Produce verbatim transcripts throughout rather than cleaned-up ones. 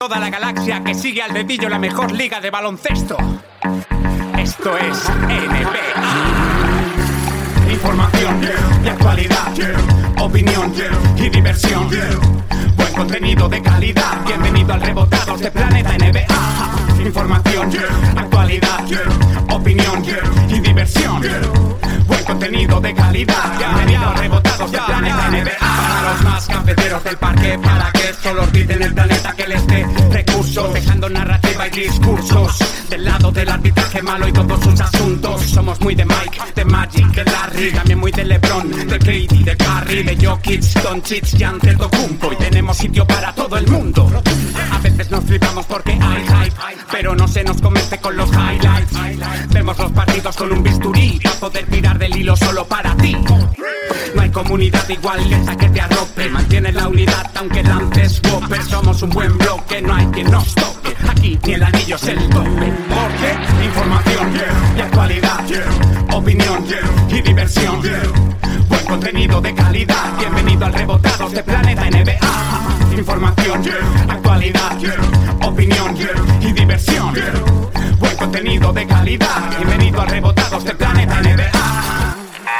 Toda la galaxia que sigue al dedillo la mejor liga de baloncesto. Esto es N B A. Información y actualidad, opinión y diversión. Buen contenido de calidad. Bienvenido al Rebotados de Planeta N B A. Información, actualidad, opinión y diversión. Buen contenido de calidad. Bienvenido al Rebotados de Planeta N B A. Para los más cafeteros del parque, para que solo orbiten el planeta que les dé recursos, dejando narrativa y discursos del lado del arbitraje malo y todos sus asuntos. Somos muy de Mike, de Magic, de Larry, también muy de LeBron, de K D, de Curry, de Jokic, Doncic y Antetokounmpo. Y tenemos sitio para todo el mundo. A veces nos flipamos porque hay hype, pero no se nos convence con los highlights. Vemos los partidos con un bisturí para poder tirar del hilo solo para ti. No hay comunidad igual que esa que te arrope. Mantiene la unidad aunque lances whopper. Somos un buen bloque, no hay quien nos toque. Aquí ni el anillo es el tope. Porque información y actualidad, opinión y diversión. Buen contenido de calidad. Bienvenido al Rebotados de Planeta N B A. Información, actualidad, opinión y diversión. Buen contenido de calidad. Bienvenido al Rebotados de Planeta N B A.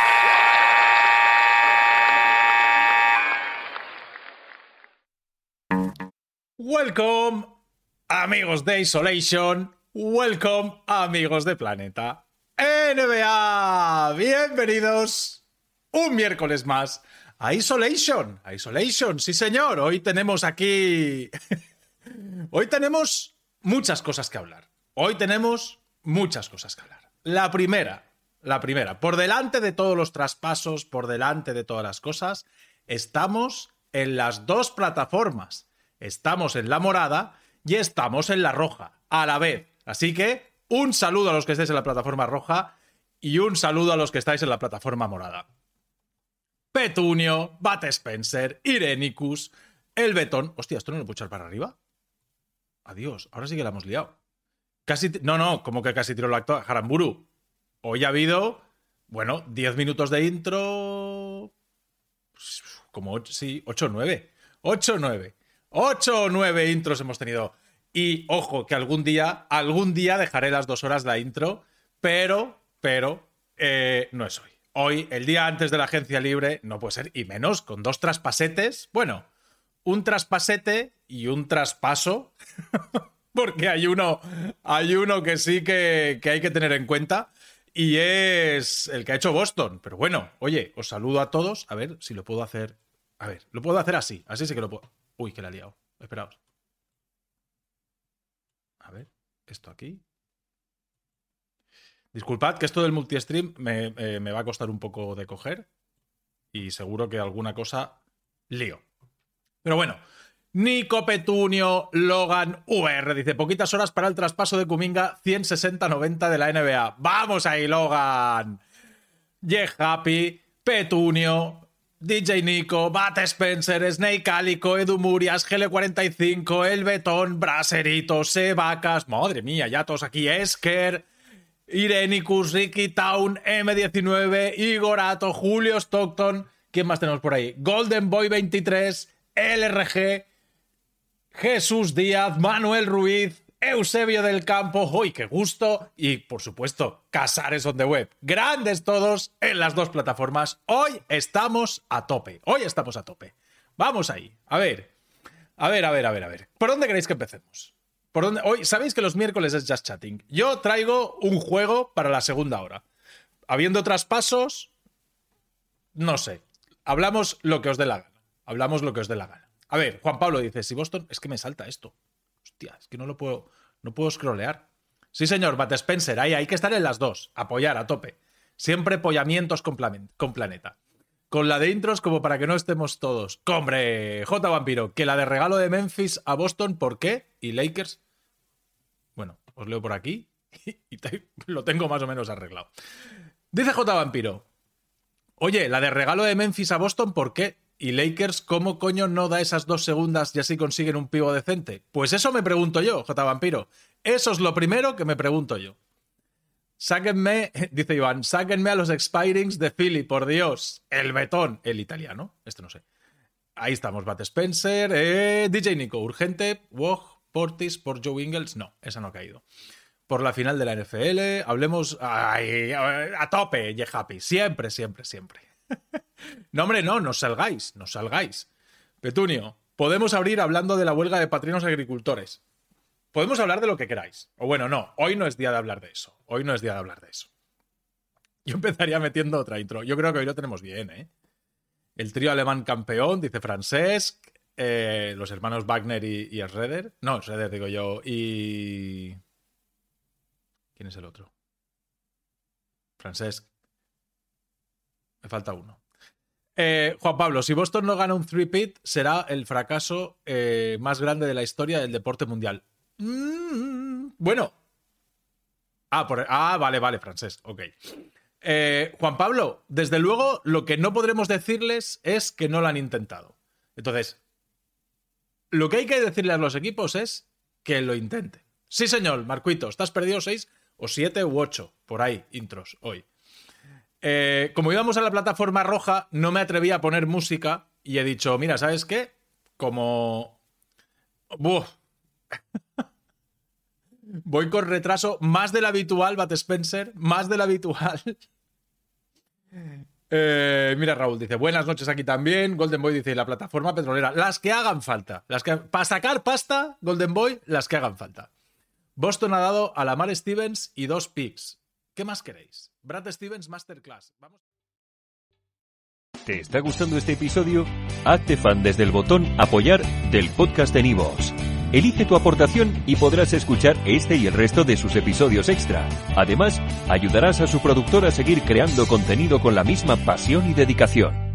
Welcome, amigos de Isolation. Welcome, amigos de Planeta N B A. Bienvenidos un miércoles más a Isolation. A Isolation, sí señor. Hoy tenemos aquí... Hoy tenemos muchas cosas que hablar. Hoy tenemos muchas cosas que hablar. La primera, la primera, por delante de todos los traspasos, por delante de todas las cosas, estamos en las dos plataformas. Estamos en la morada y estamos en la roja a la vez. Así que un saludo a los que estáis en la plataforma roja y un saludo a los que estáis en la plataforma morada. Petunio, Bat Spencer, Irenicus, El Betón. Hostia, ¿esto no lo puedo echar para arriba? Adiós, ahora sí que la hemos liado. Casi, no, no, como que casi tiro la acto. Jaramburu. Hoy ha habido, bueno, diez minutos de intro. Como, sí, ocho o nueve. ocho o nueve. ocho o nueve intros hemos tenido. Y ojo, que algún día, algún día dejaré las dos horas de la intro, pero, pero, eh, no es hoy. Hoy, el día antes de la agencia libre, no puede ser, y menos con dos traspasetes. Bueno, un traspasete y un traspaso, porque hay uno, hay uno que sí que, que hay que tener en cuenta, y es el que ha hecho Boston. Pero bueno, oye, os saludo a todos. A ver si lo puedo hacer. A ver, lo puedo hacer así, así sí que lo puedo. Uy, que la he liado. Esperaos. A ver, esto aquí. Disculpad que esto del multi-stream me, eh, me va a costar un poco de coger y seguro que alguna cosa lío. Pero bueno, Nico Petunio Logan U R dice: poquitas horas para el traspaso de Kuminga ciento sesenta noventa de la N B A. ¡Vamos ahí, Logan! Yeah Happy, Petunio, D J Nico, Bat Spencer, Snake Calico, Edu Murias, G L cuarenta y cinco, El Betón, Braserito, Sebacas, madre mía, ya todos aquí, Esker, Irenicus, Ricky Town, M diecinueve, Igorato, Julio Stockton, ¿quién más tenemos por ahí? Golden Boy veintitrés, L R G, Jesús Díaz, Manuel Ruiz, Eusebio del Campo, ¡uy, qué gusto! Y, por supuesto, Casares on the Web. Grandes todos en las dos plataformas. Hoy estamos a tope. Hoy estamos a tope. Vamos ahí. A ver. A ver, a ver, a ver, a ver. ¿Por dónde queréis que empecemos? ¿Por dónde? Hoy, sabéis que los miércoles es Just Chatting. Yo traigo un juego para la segunda hora. Habiendo traspasos, no sé. Hablamos lo que os dé la gana. Hablamos lo que os dé la gana. A ver, Juan Pablo dice, si Boston... Es que me salta esto. Hostia, es que no lo puedo... No puedo scrollear. Sí, señor, Bat Spencer, ahí hay que estar en las dos. Apoyar a tope. Siempre apoyamientos con, plan, con Planeta. Con la de intros como para que no estemos todos. ¡Hombre! J. Vampiro, que la de regalo de Memphis a Boston, ¿por qué? Y Lakers... Bueno, os leo por aquí y te, lo tengo más o menos arreglado. Dice J. Vampiro, oye, la de regalo de Memphis a Boston, ¿por qué? ¿Y Lakers cómo coño no da esas dos segundas y así consiguen un pivo decente? Pues eso me pregunto yo, J. Vampiro. Eso es lo primero que me pregunto yo. Sáquenme, dice Iván, sáquenme a los expirings de Philly, por Dios. El Betón, el italiano, este no sé. Ahí estamos, Bat Spencer, eh, D J Nico, urgente, Woj, por Tis, por Joe Ingles, no, esa no ha caído. Por la final de la N F L, hablemos ay, a tope, yeah happy, siempre, siempre, siempre. No, hombre, no, no salgáis, no salgáis. Petunio, podemos abrir hablando de la huelga de patrinos agricultores. Podemos hablar de lo que queráis. O bueno, no, hoy no es día de hablar de eso. Hoy no es día de hablar de eso. Yo empezaría metiendo otra intro. Yo creo que hoy lo tenemos bien, ¿eh? El trío alemán campeón, dice Francesc. Eh, los hermanos Wagner y, y Schroeder. No, Schroeder digo yo. Y... ¿quién es el otro? Francesc. Me falta uno. Eh, Juan Pablo, si Boston no gana un three-peat, será el fracaso eh, más grande de la historia del deporte mundial. Mm, bueno. Ah, por, ah, vale, vale, Francesc. Ok. Eh, Juan Pablo, desde luego, lo que no podremos decirles es que no lo han intentado. Entonces, lo que hay que decirle a los equipos es que lo intenten. Sí, señor, Marcuito, estás perdido seis o siete u ocho, por ahí, intros, hoy. Eh, como íbamos a la plataforma roja, no me atreví a poner música y he dicho, mira, ¿sabes qué? Como... Buf. Voy con retraso más del habitual, Bat Spencer, más del habitual. Eh, mira, Raúl dice, buenas noches aquí también. Golden Boy dice, la plataforma petrolera, las que hagan falta. Las que, para sacar pasta, Golden Boy, las que hagan falta. Boston ha dado a Lamar Stevens y dos picks. ¿Qué más queréis? Brad Stevens Masterclass. Vamos. ¿Te está gustando este episodio? Hazte fan desde el botón Apoyar del podcast de Nivos. Elige tu aportación y podrás escuchar este y el resto de sus episodios extra. Además, ayudarás a su productor a seguir creando contenido con la misma pasión y dedicación.